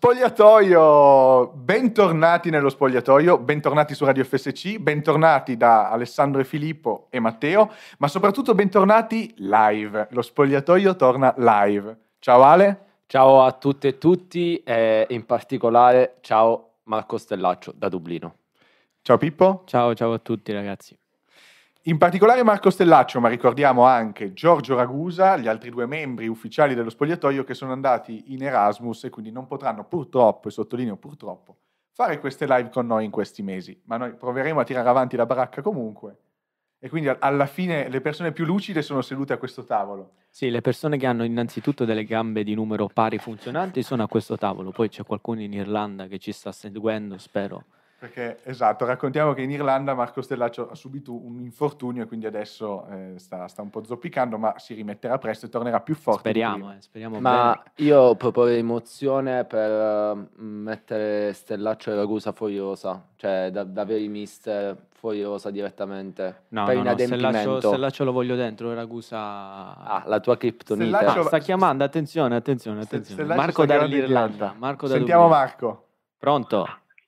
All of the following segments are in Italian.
Spogliatoio, bentornati nello spogliatoio, bentornati su Radio FSC, bentornati da Alessandro e Filippo e Matteo, ma soprattutto bentornati live, lo spogliatoio torna live. Ciao Ale. Ciao a tutte e tutti e in particolare ciao Marco Stellaccio da Dublino. Ciao Pippo. Ciao a tutti ragazzi. In particolare Marco Stellaccio, ma ricordiamo anche Giorgio Ragusa, gli altri due membri ufficiali dello spogliatoio che sono andati in Erasmus e quindi non potranno purtroppo, e sottolineo purtroppo, fare queste live con noi in questi mesi. Ma noi proveremo a tirare avanti la baracca comunque. E quindi alla fine le persone più lucide sono sedute a questo tavolo. Sì, le persone che hanno innanzitutto delle gambe di numero pari funzionanti sono a questo tavolo. Poi c'è qualcuno in Irlanda che ci sta seguendo, spero. Perché, esatto, raccontiamo che in Irlanda Marco Stellaccio ha subito un infortunio e quindi adesso sta un po' zoppicando, ma si rimetterà presto e tornerà più forte. Speriamo Ma bene. io proporrei mozione per mettere Stellaccio e Ragusa fuori rosa, cioè da veri mister fuori rosa direttamente, per inadempimento. Stellaccio lo voglio dentro, Ragusa... Ah, la tua criptonite. Stellaccio- sta chiamando, attenzione. Stellaccio Marco sta chiamando dall'Irlanda. in Marco da Sentiamo Dublino. Marco. Pronto?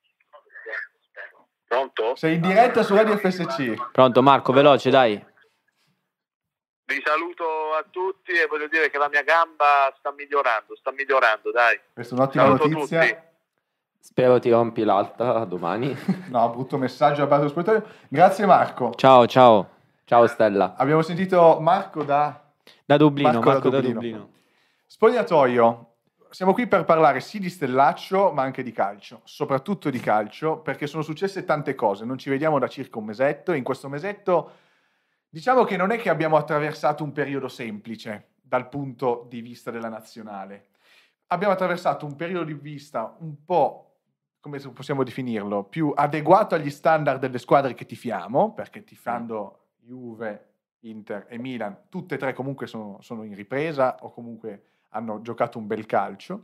Pronto? Sei in diretta su Radio FSC. Pronto Marco, veloce dai. Vi saluto a tutti e voglio dire che la mia gamba sta migliorando, dai. Questa è un'ottima Saluto notizia. tutti. Spero ti rompi l'alta domani. No, brutto messaggio da parte dello spogliatoio. Grazie Marco. Ciao. Ciao Stella. Abbiamo sentito Marco da Dublino, Marco da da Dublino. Spogliatoio. Siamo qui per parlare sì di Stellaccio, ma anche di calcio, soprattutto di calcio, perché sono successe tante cose. Non ci vediamo da circa un mesetto. In questo mesetto, diciamo che non è che abbiamo attraversato un periodo semplice dal punto di vista della nazionale. Abbiamo attraversato un periodo di vista un po', come possiamo definirlo, più adeguato agli standard delle squadre che tifiamo, perché tifando Juve, Inter e Milan, tutte e tre comunque sono in ripresa o comunque hanno giocato un bel calcio,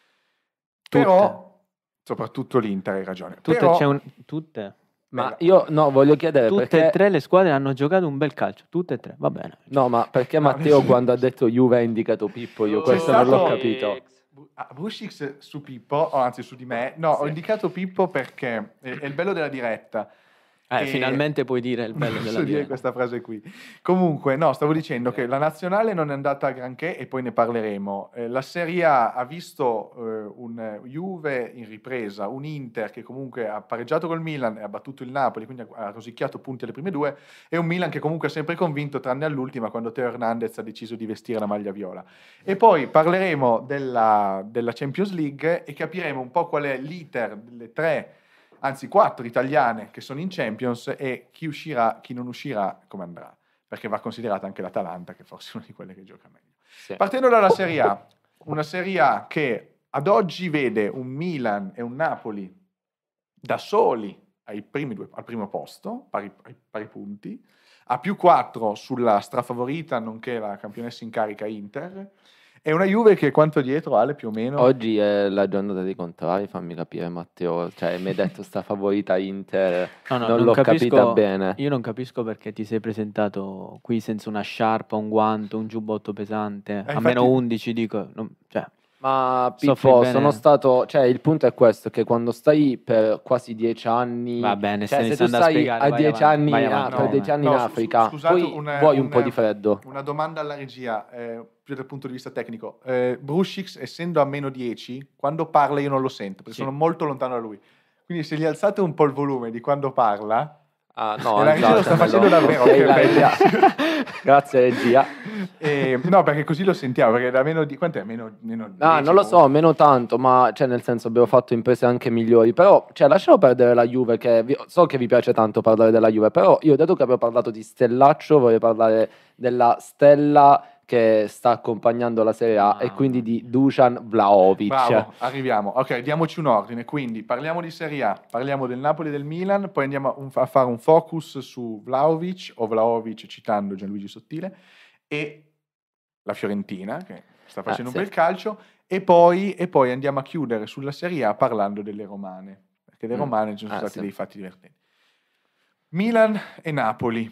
però soprattutto l'Inter, hai ragione. Tutte? Ma io voglio chiedere Tutte perché... e tre le squadre hanno giocato un bel calcio, tutte e tre, va bene. No, ma perché Matteo quando ha detto Juve ha indicato Pippo? Io questo non l'ho capito. Brushix su Pippo, o anzi su di me, no, ho indicato Pippo perché è il bello della diretta. Finalmente puoi dire il bello della dire diretta. questa frase qui. Comunque, no, stavo dicendo che la nazionale non è andata granché e poi ne parleremo. La Serie A ha visto un Juve in ripresa, un Inter che comunque ha pareggiato col Milan e ha battuto il Napoli, quindi ha rosicchiato punti alle prime due, e un Milan che comunque è sempre convinto, tranne all'ultima, quando Teo Hernandez ha deciso di vestire la maglia viola. E poi parleremo della Champions League e capiremo un po' qual è l'iter delle tre, anzi 4 italiane che sono in Champions e chi uscirà, chi non uscirà, come andrà, perché va considerata anche l'Atalanta, che forse è una di quelle che gioca meglio. Sì. Partendo dalla Serie A, una Serie A che ad oggi vede un Milan e un Napoli da soli al primo posto, pari punti, a più 4 sulla strafavorita, nonché la campionessa in carica Inter, e una Juve che quanto dietro, Ale, più o meno? Oggi è la giornata dei contrari, fammi capire Matteo, cioè mi hai detto sta favorita Inter, non l'ho capita bene. Io non capisco perché ti sei presentato qui senza una sciarpa, un guanto, un giubbotto pesante, a infatti... meno 11 dico, Ma Pippo, sono stato, cioè il punto è questo, che quando stai per quasi 10 anni, va bene, cioè se tu stai a 10 anni, per 10 anni in Africa, scusate, poi vuoi un po' di freddo. Una domanda alla regia, più dal punto di vista tecnico. Brushix, essendo a meno 10, quando parla io non lo sento, perché sono molto lontano da lui. Quindi se gli alzate un po' il volume di quando parla... no, la regia lo sta facendo davvero. Grazie regia. No, perché così lo sentiamo, perché da meno di... Quant'è? Meno 10, non lo so, meno tanto, ma cioè nel senso abbiamo fatto imprese anche migliori, però cioè lasciamo perdere la Juve, che so che vi piace tanto parlare della Juve, però io dato che abbiamo parlato di Stellaccio vorrei parlare della stella che sta accompagnando la Serie A e quindi di Dusan Vlahovic. Bravo, arriviamo. Ok, diamoci un ordine. Quindi parliamo di Serie A, parliamo del Napoli e del Milan, poi andiamo a fare un focus su Vlahovic, o Vlahovic citando Gianluigi Sottile, e la Fiorentina, che sta facendo un bel calcio, e poi andiamo a chiudere sulla Serie A parlando delle romane, perché le romane ci sono stati dei fatti divertenti. Milan e Napoli,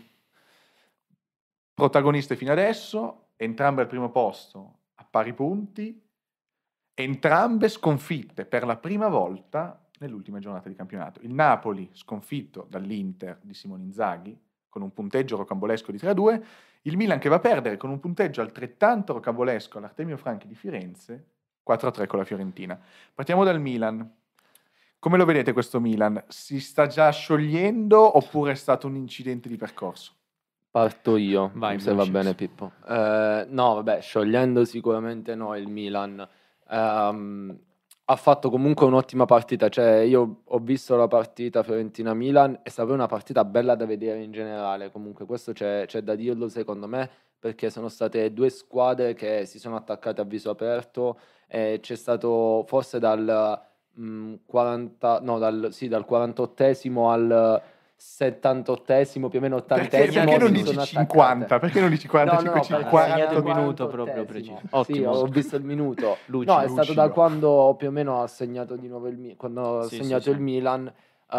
protagoniste fino adesso, entrambe al primo posto a pari punti, entrambe sconfitte per la prima volta nell'ultima giornata di campionato. Il Napoli sconfitto dall'Inter di Simone Inzaghi con un punteggio rocambolesco di 3-2, il Milan che va a perdere con un punteggio altrettanto rocambolesco all'Artemio Franchi di Firenze 4-3 con la Fiorentina. Partiamo dal Milan. Come lo vedete questo Milan? Si sta già sciogliendo oppure è stato un incidente di percorso? Parto io, Vai, se va Brucic. bene Pippo. No, vabbè, sciogliendo sicuramente no il Milan. Ha fatto comunque un'ottima partita, cioè io ho visto la partita Fiorentina-Milan, è stata una partita bella da vedere in generale, comunque questo c'è da dirlo secondo me, perché sono state due squadre che si sono attaccate a viso aperto, e c'è stato forse dal 48esimo al 78esimo, più o meno 80esimo. Perché non si dici sono 50? attaccate. Perché non dici 45, perché ha 40? segnato il minuto 48esimo. proprio preciso. Sì, Ottimo. ho visto il minuto. Lucido. No, è stato da Lucido. quando più o meno ha segnato di nuovo quando ha Sì, segnato sì, il sì. Milan,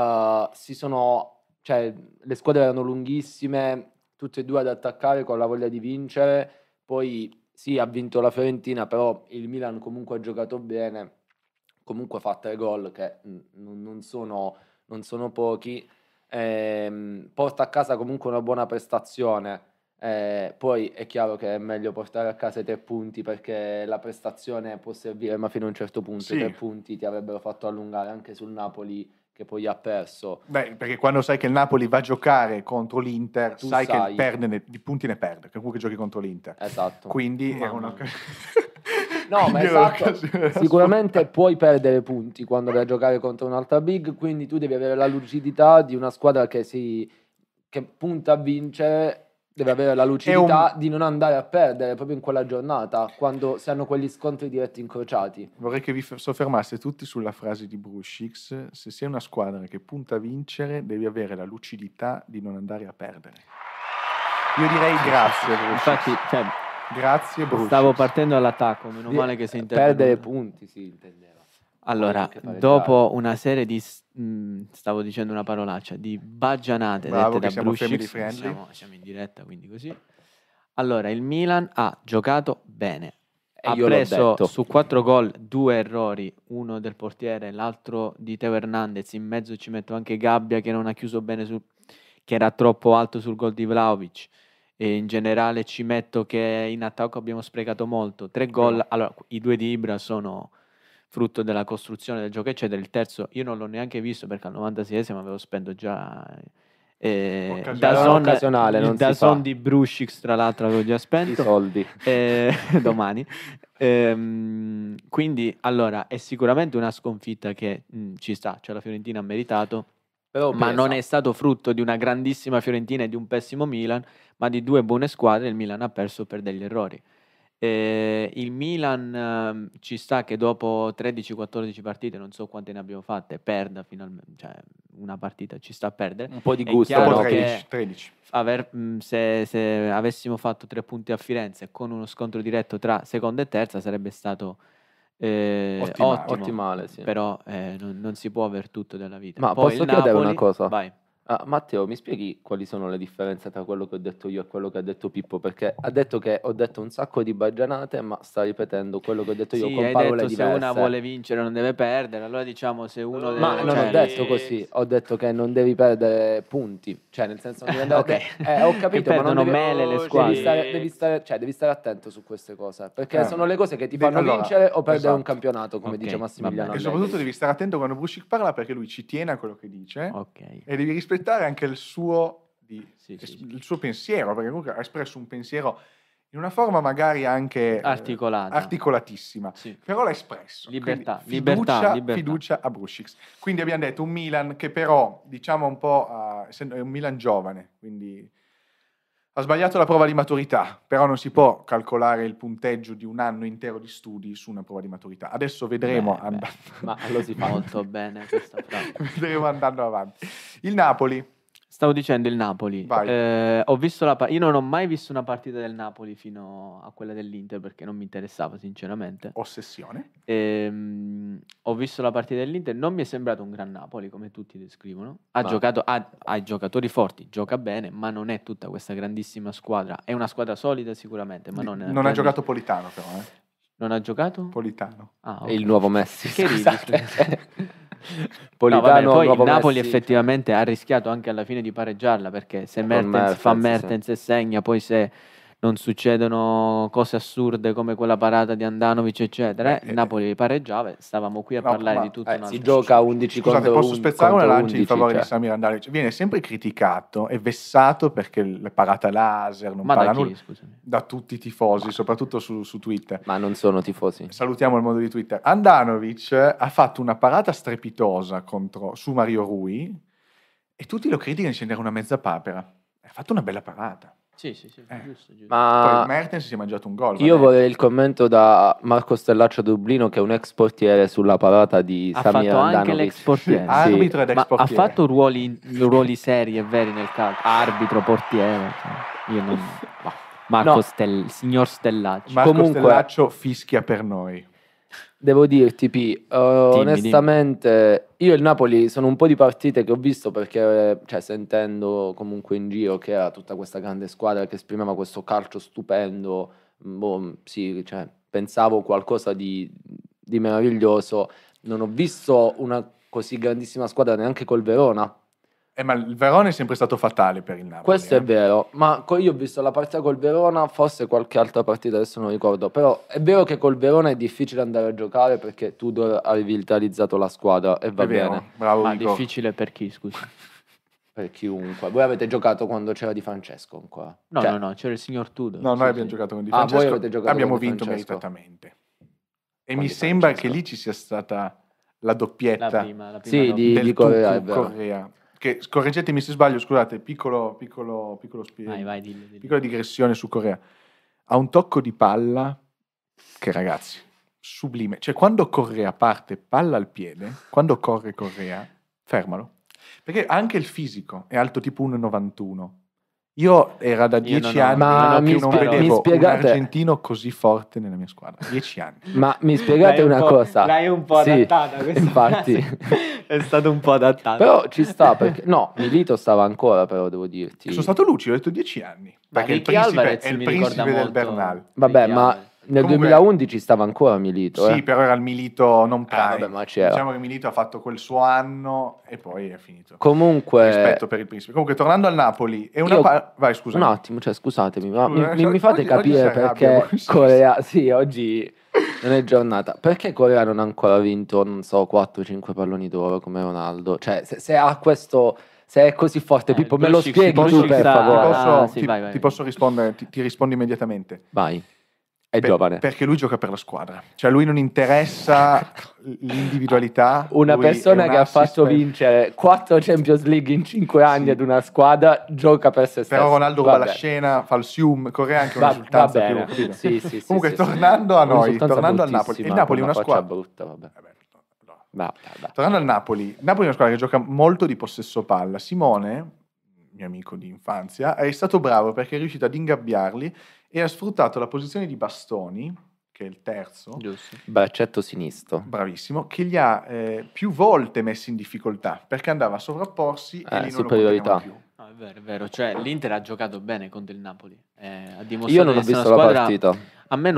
cioè, le squadre erano lunghissime, tutte e due ad attaccare con la voglia di vincere. Poi sì, ha vinto la Fiorentina, però il Milan comunque ha giocato bene, comunque fa 3 gol che non sono pochi. Porta a casa comunque una buona prestazione. Poi è chiaro che è meglio portare a casa i 3 punti, perché la prestazione può servire, ma fino a un certo punto Sì. i 3 punti ti avrebbero fatto allungare anche sul Napoli, che poi ha perso. Beh, perché quando sai che il Napoli va a giocare contro l'Inter, Tu sai sai. che di punti ne perde, che comunque giochi contro l'Inter. Esatto. Quindi era Mamma No, ma quindi era esatto, un'occasione sicuramente assurda. puoi perdere punti quando vai a giocare contro un'altra big, quindi tu devi avere la lucidità di una squadra che punta a vincere, deve avere la lucidità di non andare a perdere proprio in quella giornata, quando si hanno quegli scontri diretti incrociati. Vorrei che vi soffermaste tutti sulla frase di Brucic: se sei una squadra che punta a vincere, devi avere la lucidità di non andare a perdere. Io direi grazie, Brucic. Infatti, cioè, Grazie, Brucic. stavo partendo all'attacco, meno male che sei intervenuto. Perdere punti, sì, intendeva. Allora, anche pareggiare. dopo una serie di, stavo dicendo una parolaccia, di baggianate Bravo, dette che da siamo family Brucic, friendly. siamo in diretta, quindi così. Allora, il Milan ha giocato bene. E Ha io l'ho preso detto. su 4 gol 2 errori, uno del portiere, l'altro di Teo Hernandez. In mezzo ci metto anche Gabbia che non ha chiuso bene, che era troppo alto sul gol di Vlahovic. E in generale ci metto che in attacco abbiamo sprecato molto. 3 gol, Vero. allora i 2 di Ibra sono frutto della costruzione del gioco, eccetera. Il terzo io non l'ho neanche visto perché al 96esimo avevo spento già Occasionale, non il si DAZN fa. di Brucic, tra l'altro avevo già I spento. soldi. Domani. Quindi allora è sicuramente una sconfitta che ci sta, cioè la Fiorentina ha meritato, Però ma pesa. non è stato frutto di una grandissima Fiorentina e di un pessimo Milan, ma di 2 buone squadre. Il Milan ha perso per degli errori. Il Milan ci sta che dopo 13-14 partite, non so quante ne abbiamo fatte, perda finalmente, cioè una partita ci sta a perdere. Un po' di È gusto, chiaro Dopo no? che 13. se avessimo fatto 3 punti a Firenze con uno scontro diretto tra seconda e terza sarebbe stato Ottimale. Ottimale, sì. però non si può aver tutto della vita. Ma Poi posso il chiedere Napoli, una cosa? vai. Matteo, mi spieghi quali sono le differenze tra quello che ho detto io e quello che ha detto Pippo? Perché ha detto che ho detto un sacco di baggianate, ma sta ripetendo quello che ho detto io Sì, con hai parole detto se diverse. una vuole vincere non deve perdere, allora diciamo se uno Ma deve... non cioè, ho detto così, ho detto che non devi perdere punti, cioè nel senso non devi andare... Ok. ho Che capito, ma non perdono devi... mele le squadre. devi stare attento su queste cose, perché sono le cose che ti fanno allora, vincere o perdere un esatto. campionato, come Ok, dice Massimiliano va E bene. soprattutto Allegri. devi stare attento quando Brucic parla, perché lui ci tiene a quello che dice Ok. e devi rispettare anche il suo, Sì. il suo pensiero, perché comunque ha espresso un pensiero in una forma magari anche Articolata. articolatissima, Sì. però l'ha espresso. Libertà, Quindi libertà. fiducia a Brucic. Quindi abbiamo detto un Milan che però, diciamo un po', essendo è un Milan giovane, quindi ha sbagliato la prova di maturità, però non si può calcolare il punteggio di un anno intero di studi su una prova di maturità. Adesso vedremo, Ma lo si fa molto bene questa frase. vedremo andando avanti. Il Napoli. Stavo dicendo il Napoli. Vai. Ho visto io non ho mai visto una partita del Napoli fino a quella dell'Inter perché non mi interessava sinceramente. Ossessione. Ho visto la partita dell'Inter, non mi è sembrato un gran Napoli come tutti descrivono. Ha Ma- giocato, ha giocatori forti, gioca bene, ma non è tutta questa grandissima squadra. È una squadra solida sicuramente, ma non è Non ha giocato Politano però. Non ha giocato? Politano. Ah, È il ok. nuovo Messi. Che ridi, scusate. scusa. Politano, No, vabbè, poi il nuovo Napoli Messi. effettivamente ha rischiato anche alla fine di pareggiarla, perché se Con Mertens fa Mertens, sì. Mertens e segna, poi se non succedono cose assurde come quella parata di Andanovic eccetera, il Napoli pareggiava e stavamo qui a No, parlare ma- di tutto un Si altro. gioca a 11 Scusate, contro posso 11, spezzare una contro lancia in 11, favore cioè. di Samir Handanovic? Viene sempre criticato e vessato perché le parata laser non Ma da parla chi, nulla. scusami? Da tutti i tifosi, soprattutto su Twitter. Ma non sono tifosi. Salutiamo il mondo di Twitter. Handanovic ha fatto una parata strepitosa su Mario Rui e tutti lo criticano dicendo era una mezza papera. Ha fatto una bella parata. Sì, giusto. Poi Ma Mertens si è mangiato un gol. io va vorrei detto. il commento da Marco Stellaccio Dublino, che è un ex portiere, sulla parata di Ha Samir fatto anche Handanovic. l'ex portiere. Sì, arbitro ed ex Ma ha portiere. fatto ruoli seri e veri nel calcio. Arbitro, portiere. Cioè, io non... Marco No. il signor Stellaccio. Marco Comunque- Stellaccio fischia per noi. Devo dirti, P, onestamente, io il Napoli sono un po' di partite che ho visto perché, cioè, sentendo comunque in giro che era tutta questa grande squadra che esprimeva questo calcio stupendo, sì, cioè, pensavo qualcosa di meraviglioso. Non ho visto una così grandissima squadra neanche col Verona. Ma il Verona è sempre stato fatale per il Napoli. Questo è vero, ma io ho visto la partita col Verona, forse qualche altra partita, adesso non ricordo, però è vero che col Verona è difficile andare a giocare perché Tudor ha rivitalizzato la squadra e va È vero, bene bravo Ma Igor. difficile per chi, scusa? per chiunque. Voi avete giocato quando c'era Di Francesco ancora? No, Cioè, no, c'era il signor Tudor. No, Sì, noi abbiamo sì. giocato con Di Ah, voi Francesco, avete giocato abbiamo con Di vinto Francesco. meritatamente. E Con mi Di sembra Francesco. che lì ci sia stata la doppietta La prima Sì, doppia. di del Correa, è Tucu vero. Correa. Che, correggetemi se sbaglio, scusate, piccolo Vai, dillo. piccola digressione su Correa. Ha un tocco di palla che, ragazzi, sublime. Cioè, quando Correa parte palla al piede, quando corre Correa, fermalo. Perché ha anche il fisico, è alto tipo 1,91. Io era da Io 10 non ho- anni Ma non ho che più non parole. vedevo mi spiegate- un argentino così forte nella mia squadra. 10 anni. Ma mi spiegate una cosa? L'hai un po' Sì, adattata questa infatti. frase. È stato un po' adattato. Però ci sta perché no, Milito stava ancora, però devo dirti. Sono stato lucido, ho detto 10 anni. Ma Perché il Ricky principe Alvarez è il mi principe ricorda del molto- Bernal. Vabbè, Ricky ma Alvarez. nel Comunque- 2011 stava ancora Milito, Sì, però era il Milito non prime. vabbè, ma c'era. Diciamo che Milito ha fatto quel suo anno e poi è finito. Comunque, Rispetto per il principe. Comunque, tornando al Napoli, è una Io- vai, scusa. un attimo, cioè, scusatemi, ma Scusa, mi fate oggi capire si arrabbia perché moltissimo. Corea, sì, oggi non è giornata, perché Corea non ha ancora vinto, non so, 4-5 palloni d'oro come Ronaldo? Cioè, se ha questo, se è così forte, Pippo, me lo Brucic- spieghi tu, Brucic per sta- favore? sì, vai. ti posso rispondere, ti rispondo immediatamente. Vai, è giovane. Perché lui gioca per la squadra. Cioè, lui non interessa l'individualità. Una lui è persona un che ha assist fatto per- vincere 4 Champions League in 5 anni Sì. ad una squadra, gioca per se stesso. Però Ronaldo Va ruba la bene. scena, fa il sium, Corea anche Va un'esultanza più. bene. capito? Sì, sì, sì, Comunque, sì, tornando sì. a noi, Un'esultanza tornando al Napoli, bruttissima, il Napoli è con una faccia squadra. brutta, vabbè. Vabbè, no. Vabbè. Tornando al Napoli, il Napoli è una squadra che gioca molto di possesso palla. Simone, mio amico di infanzia, è stato bravo perché è riuscito ad ingabbiarli e ha sfruttato la posizione di Bastoni, che è il terzo, Giusto. Braccetto sinistro. bravissimo, che li ha più volte messi in difficoltà perché andava a sovrapporsi e lì non lo superiorità. contenevano più. No, è vero. Cioè, l'Inter ha giocato bene contro il Napoli. Ha dimostrato Io non di ho essere visto una la squadra... partita. A me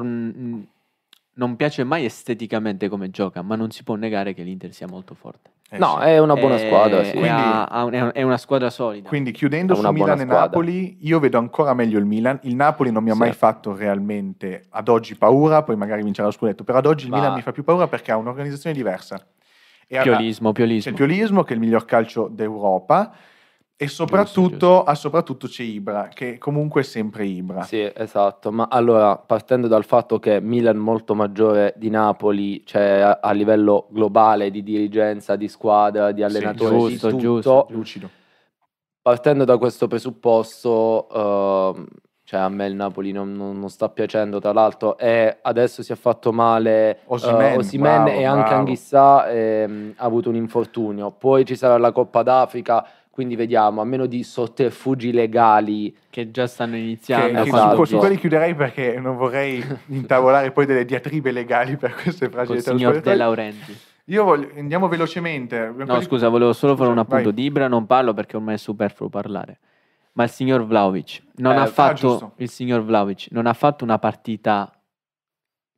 non piace mai esteticamente come gioca, ma non si può negare che l'Inter sia molto forte. No, Sì. è una buona squadra, sì. E è una squadra solida. Quindi chiudendo È su una buona Milan e squadra. Napoli, io vedo ancora meglio il Milan. Il Napoli non mi ha Sì. mai fatto realmente ad oggi paura, poi magari vincerà lo scudetto, però ad oggi il Ma- Milan mi fa più paura perché ha un'organizzazione diversa. E ha- Piolismo. C'è il piolismo, che è il miglior calcio d'Europa, e soprattutto c'è Ibra, che comunque è sempre Ibra. Sì, esatto. Ma allora, partendo dal fatto che Milan è molto maggiore di Napoli, cioè a livello globale di dirigenza, di squadra, di allenatore, di giusto, tutto, giusto. Lucido. partendo da questo presupposto, cioè a me il Napoli non sta piacendo, tra l'altro, e adesso si è fatto male Osimhen, Osimhen bravo, e anche bravo. Anghissà ha avuto un infortunio. Poi ci sarà la Coppa d'Africa, quindi vediamo, a meno di sotterfugi legali. Che già stanno Che iniziando. esatto. su quelli chiuderei perché non vorrei intavolare poi delle diatribe legali per queste Col fragilità. signor De Laurenti. Andiamo velocemente. No, scusa, volevo solo fare un Scusa, appunto. vai. Di Ibra non parlo perché ormai è superfluo parlare. Ma il signor Vlahovic non ha giusto. fatto il signor Vlahovic non ha fatto una partita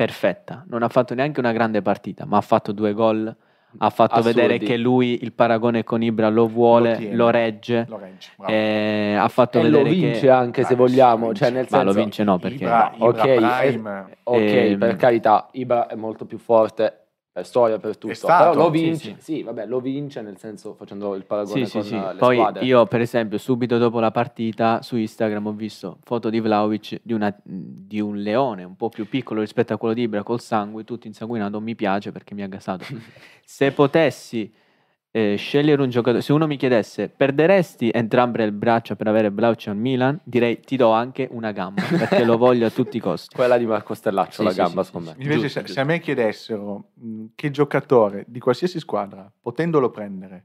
perfetta, non ha fatto neanche una grande partita, ma ha fatto 2 gol, ha fatto Assurdi. vedere che lui il paragone con Ibra lo vuole, tiene. lo regge, Lo regge, bravo. ha fatto E lo vedere vince che... anche se Ah, vogliamo, lo cioè vince. nel Ma lo senso, vince no, perché... Ibra ok, Prime. ok, per carità, Ibra è molto più forte per storia, per tutto, stato. però lo Sì, vince, sì. sì, vabbè, lo vince nel senso facendo il paragone Sì, con sì. le Poi squadre. io, per esempio, subito dopo la partita su Instagram ho visto foto di Vlahovic di un leone un po' più piccolo rispetto a quello di Ibra, col sangue tutto insanguinato. Mi piace perché mi ha gasato. Se potessi scegliere un giocatore, se uno mi chiedesse perderesti entrambe le braccia per avere Vlahovic al Milan, direi ti do anche una gamba perché lo voglio a tutti i costi. Quella di Marco Stellaccio, Sì, la sì, gamba, sì, secondo sì, me. Invece Giusto, se giusto. a me chiedessero che giocatore di qualsiasi squadra, potendolo prendere,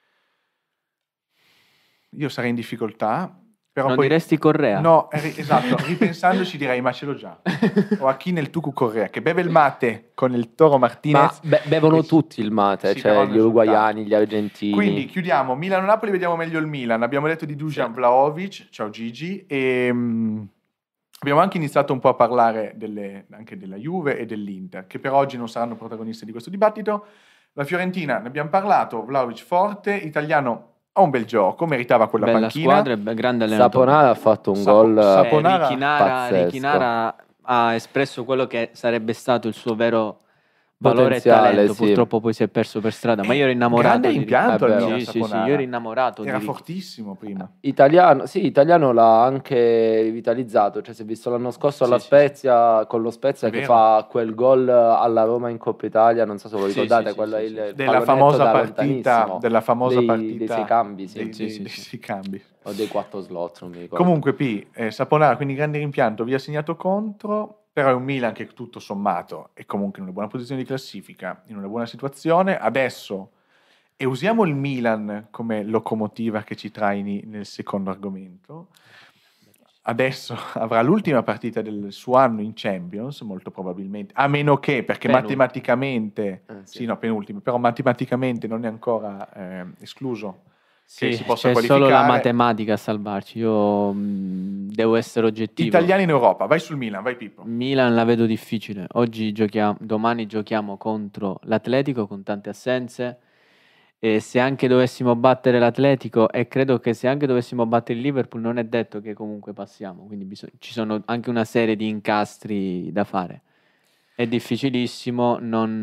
io sarei in difficoltà, però Non poi... diresti Correa? No, esatto, ripensandoci direi ma ce l'ho già. O a chi nel Tucu Correa, che beve il mate con il Toro Ma Martinez. bevono e- tutti il mate, sì, però cioè hanno gli uruguaiani, gli argentini. Quindi chiudiamo Milano-Napoli, vediamo meglio il Milan. Abbiamo detto di Dusan Vlahovic, ciao Gigi, e abbiamo anche iniziato un po' a parlare anche della Juve e dell'Inter, che per oggi non saranno protagonisti di questo dibattito. La Fiorentina, ne abbiamo parlato, Vlahovic forte, italiano ha un bel gioco, meritava quella Bella panchina. squadra e grande allenatore. Saponara ha fatto un gol Saponara, pazzesco. Ricky Nara ha espresso quello che sarebbe stato il suo vero valore e Potenziale, talento. sì. Purtroppo poi si è perso per strada. Ma io ero innamorato grande di rimpianto al al Milan, Milan, Sì, sì, io ero innamorato di Era Ricky. fortissimo prima. Italiano l'ha anche rivitalizzato, cioè si è visto l'anno scorso alla Sì, sì, Spezia, con lo Spezia È che vero. fa quel gol alla Roma in Coppa Italia, non so se lo Sì, ricordate, sì, quello sì, è sì, il sì. Della pallonetto famosa da partita, lontanissimo, della famosa dei partita sei cambi, sì. dei Sì. sei cambi. O dei 4 slot, non mi ricordo. Comunque Saponara, quindi grande rimpianto, vi ha segnato contro, però è un Milan che tutto sommato è comunque in una buona posizione di classifica, in una buona situazione. Adesso, e usiamo il Milan come locomotiva che ci traini nel secondo argomento, adesso avrà l'ultima partita del suo anno in Champions, molto probabilmente, a meno che, perché Penultima. matematicamente, Sì. sì, no, penultimo, però matematicamente non è ancora escluso che Sì, si possa c'è qualificare. solo la matematica a salvarci. Io devo essere oggettivo. Italiani in Europa, vai sul Milan, vai Pippo. Milan la vedo difficile. Domani giochiamo contro l'Atletico con tante assenze. E se anche dovessimo battere l'Atletico, e credo che se anche dovessimo battere il Liverpool, non è detto che comunque passiamo. Quindi ci sono anche una serie di incastri da fare. È difficilissimo.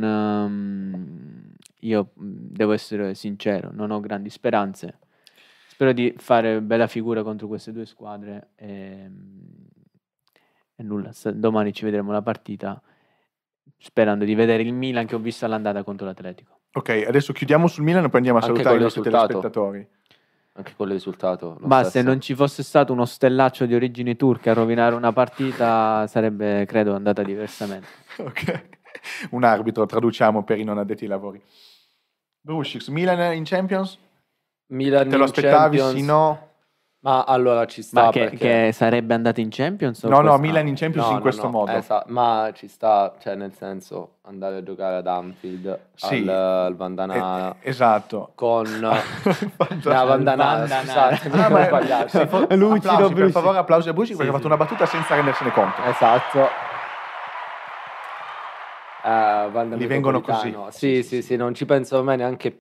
Io devo essere sincero, non ho grandi speranze. Spero di fare bella figura contro queste due squadre. E nulla, domani ci vedremo la partita sperando di vedere il Milan che ho visto all'andata contro l'Atletico. Ok, adesso chiudiamo sul Milan e poi andiamo a Anche salutare con i il nostri risultato. telespettatori. Anche con il risultato. lo Ma stesso. se non ci fosse stato uno stellaccio di origini turche a rovinare una partita sarebbe, credo, andata diversamente. Ok, un arbitro, traduciamo per i non addetti ai lavori. Brushix, Milan in Champions? Milan Te lo in aspettavi, Champions? sì, no? Ma allora ci sta Ma che perché... sarebbe andata in Champions? O No, questo? Milan in Champions in questo modo. Ma ci sta, cioè nel senso andare a giocare ad Anfield Sì, al Vandanara esatto. con Fantastico. Vandanara, scusate, Ah, ma ho sbagliato. applausi, per favore, applausi a Brushix perché ha fatto una battuta senza rendersene conto. Esatto. Vanda Li vengono Metropolitano. così. Sì, non ci penso mai neanche.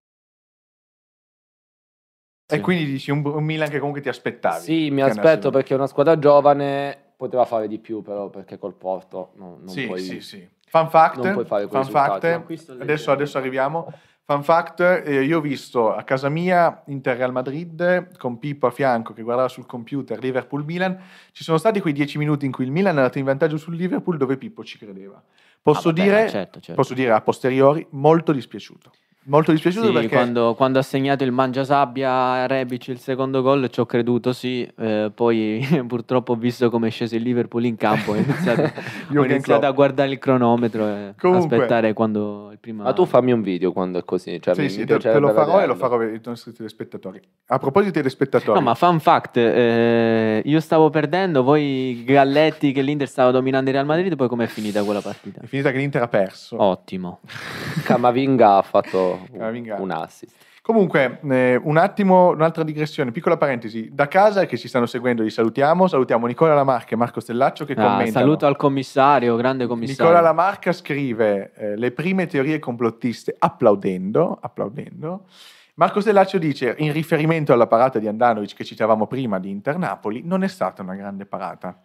E quindi dici un Milan che comunque ti aspettavi. Sì, mi che aspetto andasse- perché è una squadra giovane, poteva fare di più però perché col Porto non Sì, puoi... sì. Fun fact, non puoi fare quei fun fact, risultati. No, qui sto leggendo. adesso arriviamo. Fun fact, io ho visto a casa mia Inter Real Madrid con Pippo a fianco che guardava sul computer Liverpool-Milan. Ci sono stati quei 10 minuti in cui il Milan è andato in vantaggio sul Liverpool dove Pippo ci credeva. Posso dire a posteriori, molto dispiaciuto. Molto dispiaciuto Sì, perché... quando ha segnato il Mangiasabbia a Rebic il secondo gol ci ho creduto, sì, poi purtroppo ho visto come è sceso il Liverpool in campo, ho iniziato a guardare il cronometro e Comunque, aspettare quando il primo... Ma tu fammi un video quando è così, cioè Sì, mi te lo piacerebbe farò e lo vederlo. farò ai nostri telespettatori. A proposito dei telespettatori, No, ma fun fact, io stavo perdendo, voi Galletti che l'Inter stava dominando il Real Madrid, poi com'è finita quella partita? è finita che l'Inter ha perso. Ottimo. Camavinga ha fatto Camavinga. un assist. Comunque, un attimo, un'altra digressione, piccola parentesi. Da casa che ci stanno seguendo, li salutiamo. Salutiamo Nicola Lamarca e Marco Stellaccio che commentano. Saluto al commissario, grande commissario. Nicola Lamarca scrive le prime teorie complottiste applaudendo. Marco Stellaccio dice, in riferimento alla parata di Andanovic che citavamo prima di Inter-Napoli, non è stata una grande parata.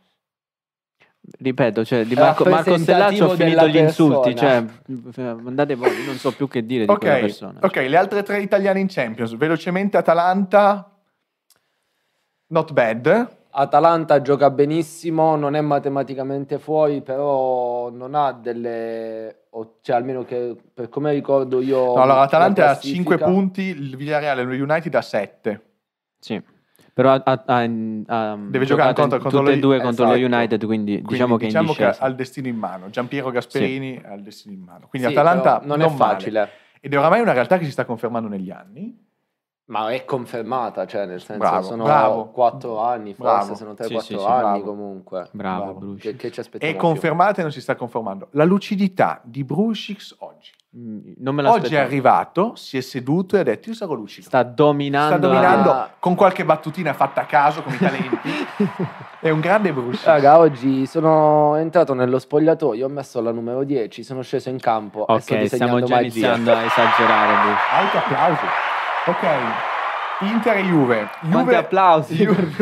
Ripeto, cioè, di Marco Stellaccio ho finito gli insulti, cioè, andate voi, non so più che dire di quella persona. Ok, le altre 3 italiane in Champions, velocemente Atalanta, not bad. Atalanta gioca benissimo, non è matematicamente fuori, però non ha delle... cioè almeno che per come ricordo io... No, allora Atalanta ha 5 punti, il Villarreal e lo United ha 7. Sì. Però deve giocare contro tutte e due contro lo United, quindi diciamo che ha il destino in mano. Giampiero Gasperini ha il destino in mano. Quindi sì, Atalanta non è facile. Male. Ed è oramai una realtà che si sta confermando negli anni. Ma è confermata, cioè nel senso sono 4 anni, forse sono 3-4 anni comunque. Bravo. Che ci aspettiamo? È confermata e non si sta confermando. La lucidità di Brušić oggi. Non me oggi è arrivato, si è seduto e ha detto io sarò lucido. Sta dominando con qualche battutina fatta a caso come i talenti. È un grande Brušić. Raga, oggi sono entrato nello spogliatoio, ho messo la numero 10, sono sceso in campo e sto stiamo già magia. iniziando a esagerare. Alto applausi. Ok, Inter e Juve. Quanti applausi.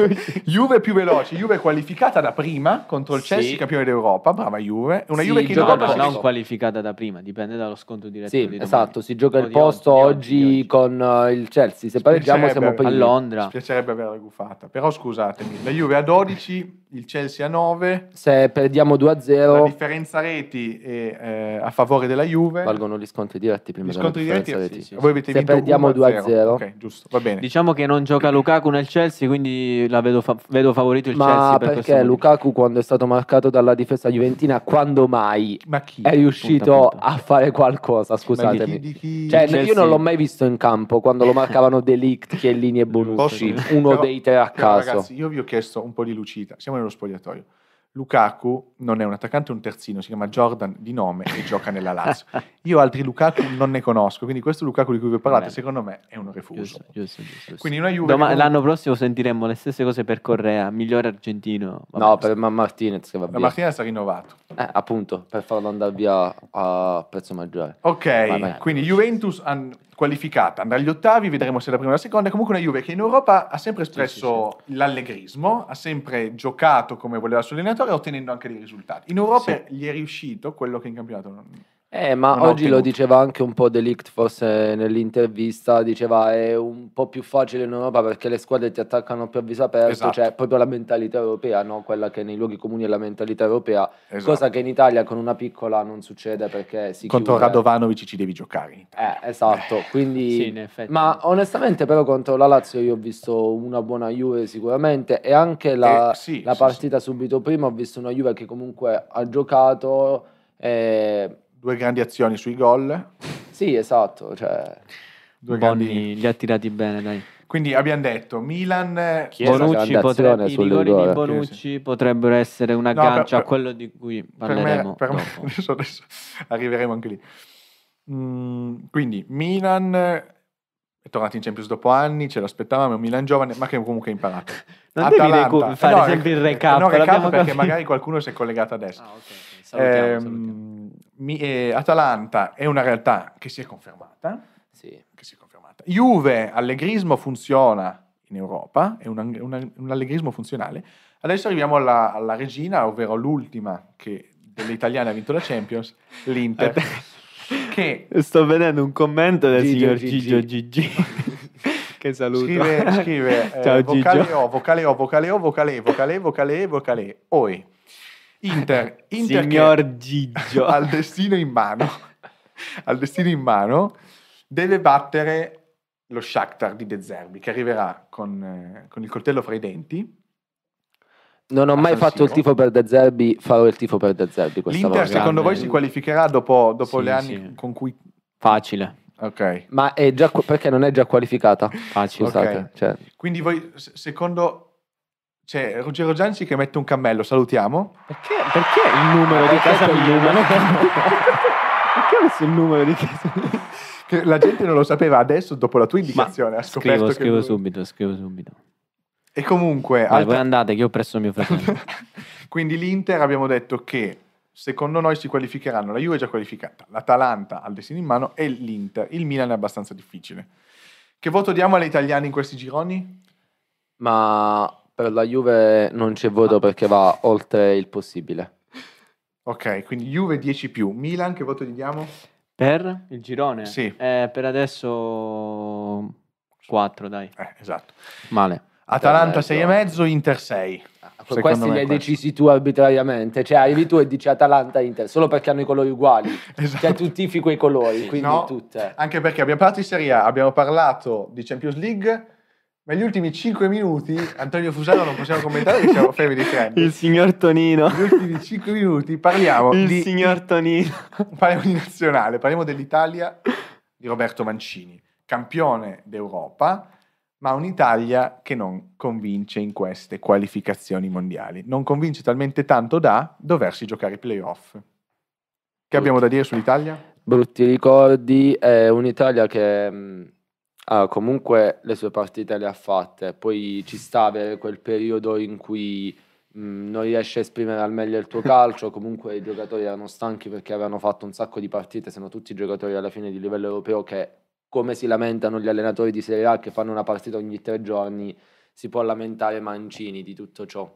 Juve più veloce. Juve qualificata da prima contro il Chelsea, campione d'Europa. Brava Juve. Una Juve che non qualificata da prima, dipende dallo sconto diretto. Sì, esatto, si gioca il posto oggi con il Chelsea. Se pareggiamo siamo a Londra. Mi piacerebbe averla gufata. Però scusatemi, la Juve a 12, il Chelsea a 9. Se perdiamo 2-0, la differenza reti è a favore della Juve. Valgono gli scontri diretti prima della differenza reti. Sì. Voi avete se vinto perdiamo 2-0. Ok, giusto, va bene. Diciamo che non gioca Lukaku nel Chelsea, quindi la vedo favorito il Chelsea. Ma perché Lukaku, quando è stato marcato dalla difesa juventina, quando mai è riuscito a fare qualcosa? Scusatemi. Cioè, io non l'ho mai visto in campo quando lo marcavano De Ligt, Chiellini e Bonucci, dei 3 a caso. Ragazzi, io vi ho chiesto un po' di lucida. Siamo nello spogliatoio. Lukaku non è un attaccante, è un terzino, si chiama Jordan di nome e gioca nella Lazio. Io altri Lukaku non ne conosco, quindi questo Lukaku di cui vi parlate secondo me è un refuso. Giusto. Quindi una Juve l'anno prossimo sentiremo le stesse cose per Correa, migliore argentino. No, per Martinez che va via. Martinez ha rinnovato. Appunto, per farlo andare via a prezzo maggiore. Ok, quindi Juventus qualificata, andrà agli ottavi, vedremo se la prima o la seconda. Comunque una Juve che in Europa ha sempre espresso l'allegrismo, ha sempre giocato come voleva il suo allenatore, ottenendo anche dei risultati. In Europa gli è riuscito quello che in campionato non ma oggi lo diceva anche un po' De Ligt, forse nell'intervista, diceva è un po' più facile in Europa perché le squadre ti attaccano più a viso aperto, cioè proprio la mentalità europea, no? Quella che nei luoghi comuni è la mentalità europea, cosa che in Italia con una piccola non succede perché si contro chiude. Radovanovic ci devi giocare. Esatto, quindi sì, in effetti. Ma onestamente però contro la Lazio io ho visto una buona Juve sicuramente e anche la partita subito prima ho visto una Juve che comunque ha giocato 2 grandi azioni sui gol. Sì, esatto. Cioè... Bonni li ha tirati bene, dai. Quindi abbiamo detto Milan, Bonucci i rigori di Bonucci potrebbero essere un aggancio a quello di cui parleremo dopo. Adesso arriveremo anche lì. Quindi Milan è tornato in Champions dopo anni, ce l'aspettavamo, è un Milan giovane, ma che comunque ha imparato. Non devi fare sempre il recap. No, recap perché magari qualcuno si è collegato adesso. Salutiamo. Atalanta è una realtà che si è confermata. Juve, allegrismo funziona in Europa, è un allegrismo funzionale. Adesso arriviamo alla regina, ovvero l'ultima che delle italiane ha vinto la Champions, l'Inter. Che sto vedendo un commento del signor Gigio Gigi che saluto. Scrive ciao vocale. Oi. Inter signor Gigio al destino in mano deve battere lo Shakhtar di De Zerbi che arriverà con il coltello fra i denti. Non ho mai fatto il tifo per De Zerbi, farò il tifo per De Zerbi questa L'Inter volta. secondo voi si qualificherà dopo gli anni con cui... Facile. Ok. Ma è già perché non è già qualificata? Facile. Okay. Cioè. Quindi voi secondo... C'è Ruggero Gianci che mette un cammello, salutiamo. Perché il numero di casa Milan? Perché ho messo il numero di casa? Che la gente non lo sapeva adesso, dopo la tua indicazione, ha scoperto Scrivo che subito. E comunque... Vai, voi andate, che io ho presso mio fratello. Quindi l'Inter abbiamo detto che secondo noi si qualificheranno, la Juve è già qualificata, l'Atalanta ha il destino in mano e l'Inter. Il Milan è abbastanza difficile. Che voto diamo agli italiani in questi gironi? Ma per la Juve non c'è voto perché va oltre il possibile. Ok, quindi Juve 10+. Milan, che voto gli diamo? Per il girone? Sì. Per adesso 4, dai. Esatto. Male. Atalanta Per 6,5, Inter 6. Questi li hai decisi tu arbitrariamente, cioè arrivi tu e dici Atalanta Inter solo perché hanno i colori uguali, Esatto. cioè tu tifi quei colori, quindi No, tutte. anche perché abbiamo parlato di Serie A, abbiamo parlato di Champions League, ma negli ultimi 5 minuti Antonio Fusaro non possiamo commentare perché siamo family friend. Il signor Tonino. Negli ultimi 5 minuti parliamo signor Tonino. Parliamo di nazionale, parliamo dell'Italia di Roberto Mancini, campione d'Europa, ma un'Italia che non convince in queste qualificazioni mondiali. Non convince talmente tanto da doversi giocare i playoff. Che abbiamo da dire sull'Italia? Brutti ricordi, è un'Italia che comunque le sue partite le ha fatte, poi ci sta avere quel periodo in cui non riesci a esprimere al meglio il tuo calcio, comunque i giocatori erano stanchi perché avevano fatto un sacco di partite, sono tutti giocatori alla fine di livello europeo che, come si lamentano gli allenatori di Serie A che fanno una partita ogni 3 giorni, si può lamentare Mancini di tutto ciò.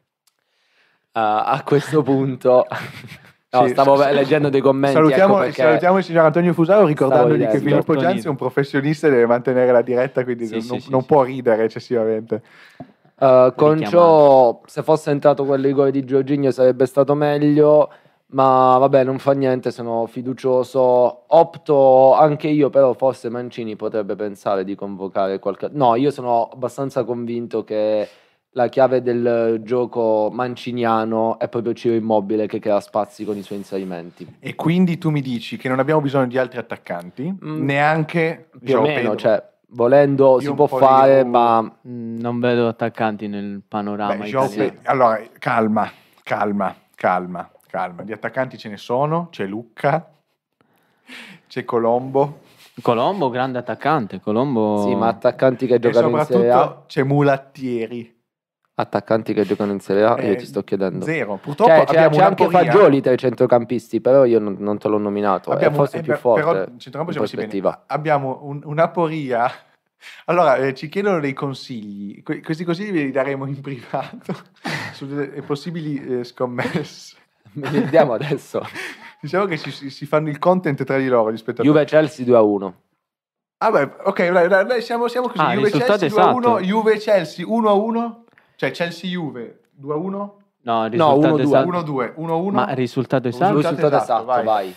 A questo punto... No, Sì, stavo leggendo dei commenti. Salutiamo ecco salutiamo il signor Antonio Fusaro ricordandogli che ridendo. Filippo Gianzi è un professionista e deve mantenere la diretta, quindi non può ridere eccessivamente. Con ciò, se fosse entrato quel rigore di Jorginho sarebbe stato meglio, ma vabbè, non fa niente, sono fiducioso. Opto anche io, però forse Mancini potrebbe pensare di convocare qualche... No, io sono abbastanza convinto che la chiave del gioco manciniano è proprio Ciro Immobile che crea spazi con i suoi inserimenti. E quindi tu mi dici che non abbiamo bisogno di altri attaccanti, neanche più o meno, Pedro. cioè volendo si può fare, ma non vedo attaccanti nel panorama italiano. Allora, calma. Di attaccanti ce ne sono, c'è Lucca, c'è Colombo, grande attaccante, Colombo... Sì, ma attaccanti che e giocano in Serie A, soprattutto c'è Mulattieri. attaccanti che giocano in Serie A, io ti sto chiedendo. Zero. Purtroppo Cioè, abbiamo c'è anche Naporia. Fagioli tra i centrocampisti, però io non te l'ho nominato. È forse più forte però centrocampo in siamo messi bene. prospettiva. Abbiamo un'aporia. Allora, ci chiedono dei consigli. Questi consigli ve li daremo in privato sulle possibili scommesse. Vediamo adesso. Diciamo che si fanno il content tra di loro gli spettatori. Juve-Chelsea 2-1. Ah beh, ok, dai, siamo così. risultato Juve-Chelsea 2-1, esatto. Juve-Chelsea 1-1, cioè Chelsea-Juve 2-1, No, risultato 1-2. esatto. 1-2, Ma risultato esatto? Risultato esatto, vai.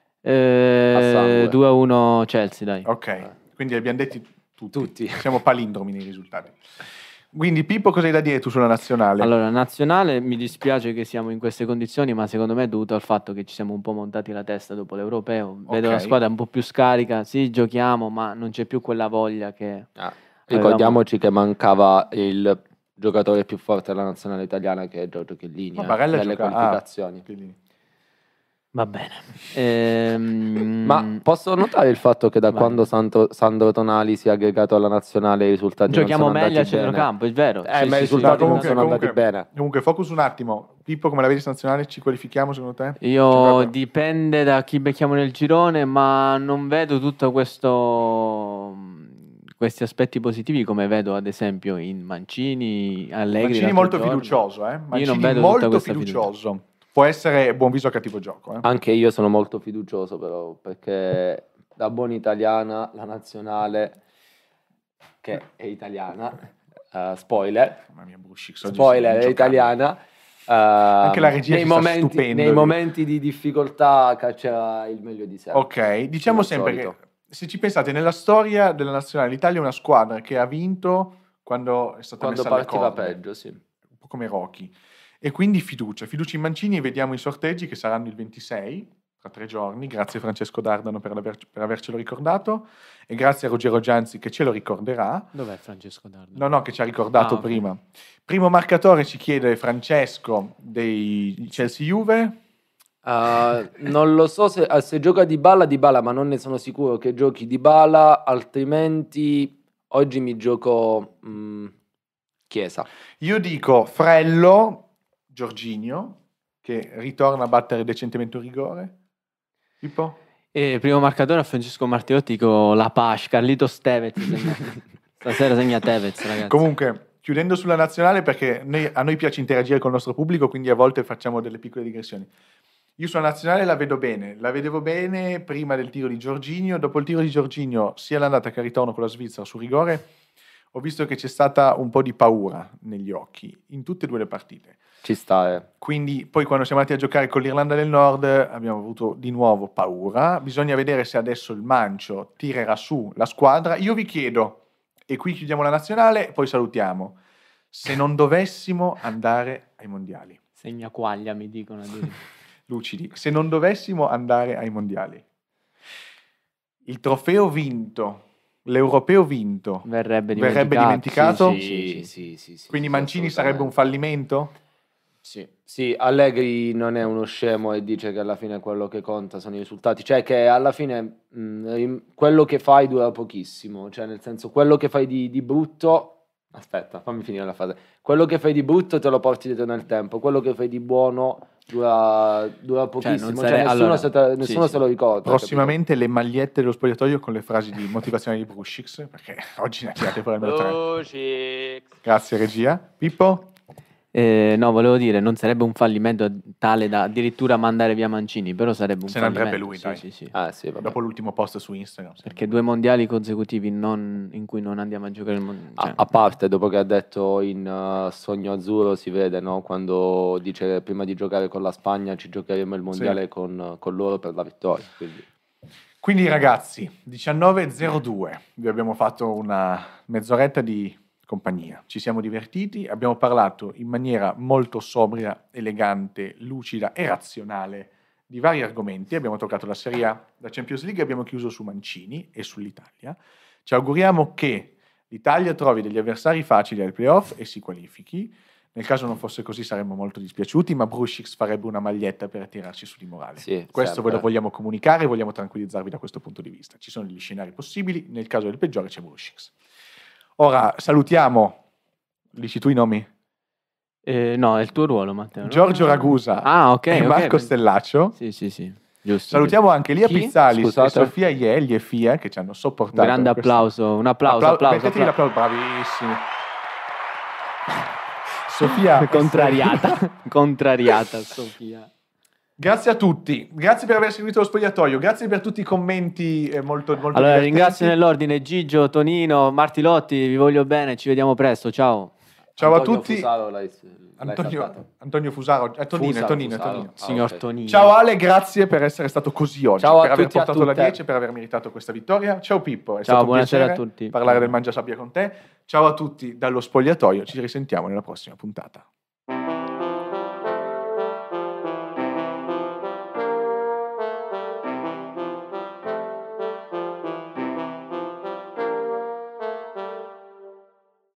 2-1 Chelsea, dai. Ok, quindi li abbiamo detti Tutti. Siamo palindromi nei risultati. Quindi Pippo, cosa hai da dire tu sulla nazionale? Allora, nazionale, mi dispiace che siamo in queste condizioni, ma secondo me è dovuto al fatto che ci siamo un po' montati la testa dopo l'Europeo. Vedo la squadra un po' più scarica, sì, giochiamo, ma non c'è più quella voglia che... Ricordiamoci che mancava il giocatore più forte della nazionale italiana, che è Giorgio Chiellini, nelle qualificazioni. Va bene. Ma posso notare il fatto che da quando Sandro Tonali si è aggregato alla nazionale i risultati giochiamo non sono meglio a andati centrocampo, è vero. ma i risultati non sono andati bene. Comunque, focus un attimo. Pippo, come la vedi nazionale? Ci qualifichiamo secondo te? Dipende da chi becchiamo nel girone, ma non vedo tutto questi aspetti positivi come vedo ad esempio in Mancini, Allegri. Mancini molto fiducioso, Mancini io non vedo molto fiducioso. Può essere buon viso a cattivo gioco. Anche io sono molto fiducioso, però, perché da buona italiana la nazionale, che è italiana, spoiler, è italiana. Anche la regia nei momenti di difficoltà caccia il meglio di sé. Ok, diciamo sempre che se ci pensate, nella storia della nazionale l'Italia è una squadra che ha vinto quando è stata messa alle partiva corde. peggio, sì. Un po' come Rocky. E quindi fiducia in Mancini, e vediamo i sorteggi che saranno il 26, tra 3 giorni. Grazie Francesco Dardano per avercelo ricordato, e grazie a Ruggero Gianzi che ce lo ricorderà. Dov'è Francesco Dardano? No, che ci ha ricordato prima. Primo marcatore ci chiede Francesco dei Chelsea Juve. Non lo so se gioca Dybala, ma non ne sono sicuro che giochi Dybala, altrimenti oggi mi gioco Chiesa. Io dico Frello, Jorginho, che ritorna a battere decentemente un rigore. Pippo? E primo marcatore a Francesco Martinotti, dico La Pace, Carlitos Tevez. Stasera segna Tevez, ragazzi. Comunque, chiudendo sulla nazionale, perché a noi piace interagire con il nostro pubblico, quindi a volte facciamo delle piccole digressioni. Io sulla nazionale la vedevo bene prima del tiro di Jorginho, dopo il tiro di Jorginho, sia l'andata che il ritorno con la Svizzera su rigore, ho visto che c'è stata un po' di paura negli occhi, in tutte e due le partite. Ci sta, Quindi poi quando siamo andati a giocare con l'Irlanda del Nord abbiamo avuto di nuovo paura, bisogna vedere se adesso il Mancio tirerà su la squadra. Io vi chiedo, e qui chiudiamo la nazionale, poi salutiamo, se non dovessimo andare ai mondiali. Segna quaglia, mi dicono. Lucidi, se non dovessimo andare ai mondiali, il trofeo vinto, l'europeo vinto, verrebbe dimenticato? Sì. Quindi Mancini sarebbe un fallimento? Sì, Allegri non è uno scemo e dice che alla fine quello che conta sono i risultati, cioè che alla fine quello che fai dura pochissimo, cioè nel senso quello che fai di brutto, aspetta, fammi finire la frase, quello che fai di brutto te lo porti dietro nel tempo, quello che fai di buono dura pochissimo, nessuno se lo ricorda. Prossimamente capito? Le magliette dello spogliatoio con le frasi di motivazione di Brushix, perché oggi ne ha tirate fuori almeno 3. Grazie regia. Pippo? No, volevo dire, non sarebbe un fallimento tale da addirittura mandare via Mancini, però sarebbe un fallimento. Se ne andrebbe lui, dai. Sì. Dopo l'ultimo post su Instagram. Perché 2 mondiali consecutivi in cui non andiamo a giocare il mondiale. A parte, dopo che ha detto in Sogno Azzurro, si vede, no? Quando dice prima di giocare con la Spagna ci giocheremo il mondiale con loro per la vittoria. Quindi ragazzi, 19.02, vi abbiamo fatto una mezz'oretta di compagnia, ci siamo divertiti, abbiamo parlato in maniera molto sobria, elegante, lucida e razionale di vari argomenti, abbiamo toccato la Serie A, la Champions League, abbiamo chiuso su Mancini e sull'Italia. Ci auguriamo che l'Italia trovi degli avversari facili ai playoff e si qualifichi. Nel caso non fosse così saremmo molto dispiaciuti, ma Brushix farebbe una maglietta per tirarci su di morale. Sì, questo ve lo vogliamo comunicare, vogliamo tranquillizzarvi da questo punto di vista. Ci sono gli scenari possibili, nel caso del peggiore c'è Brushix. Ora salutiamo, dici tu i nomi? No, è il tuo ruolo, Matteo. Giorgio Ragusa e Marco Stellaccio. Sì, giusto. Salutiamo anche Lia Pizzalis e Sofia Ielli e Fia che ci hanno sopportato. Un grande applauso, un applauso. Mettetevi l'applauso, bravissimi. Sofia contrariata Sofia. Grazie a tutti, grazie per aver seguito lo spogliatoio, grazie per tutti i commenti molto allora divertenti. Ringrazio nell'ordine Gigio, Tonino, Martilotti, vi voglio bene, ci vediamo presto, ciao a tutti. Fusaro, Antonio Fusaro, Tonino. Signor Tonino. Ciao Ale, grazie per essere stato così oggi, ciao per aver tutti, portato la 10 e per aver meritato questa vittoria. Ciao Pippo, è ciao, stato buonasera un a piacere tutti. Parlare del Mangiasabbia con te. Ciao a tutti dallo spogliatoio, ci risentiamo nella prossima puntata.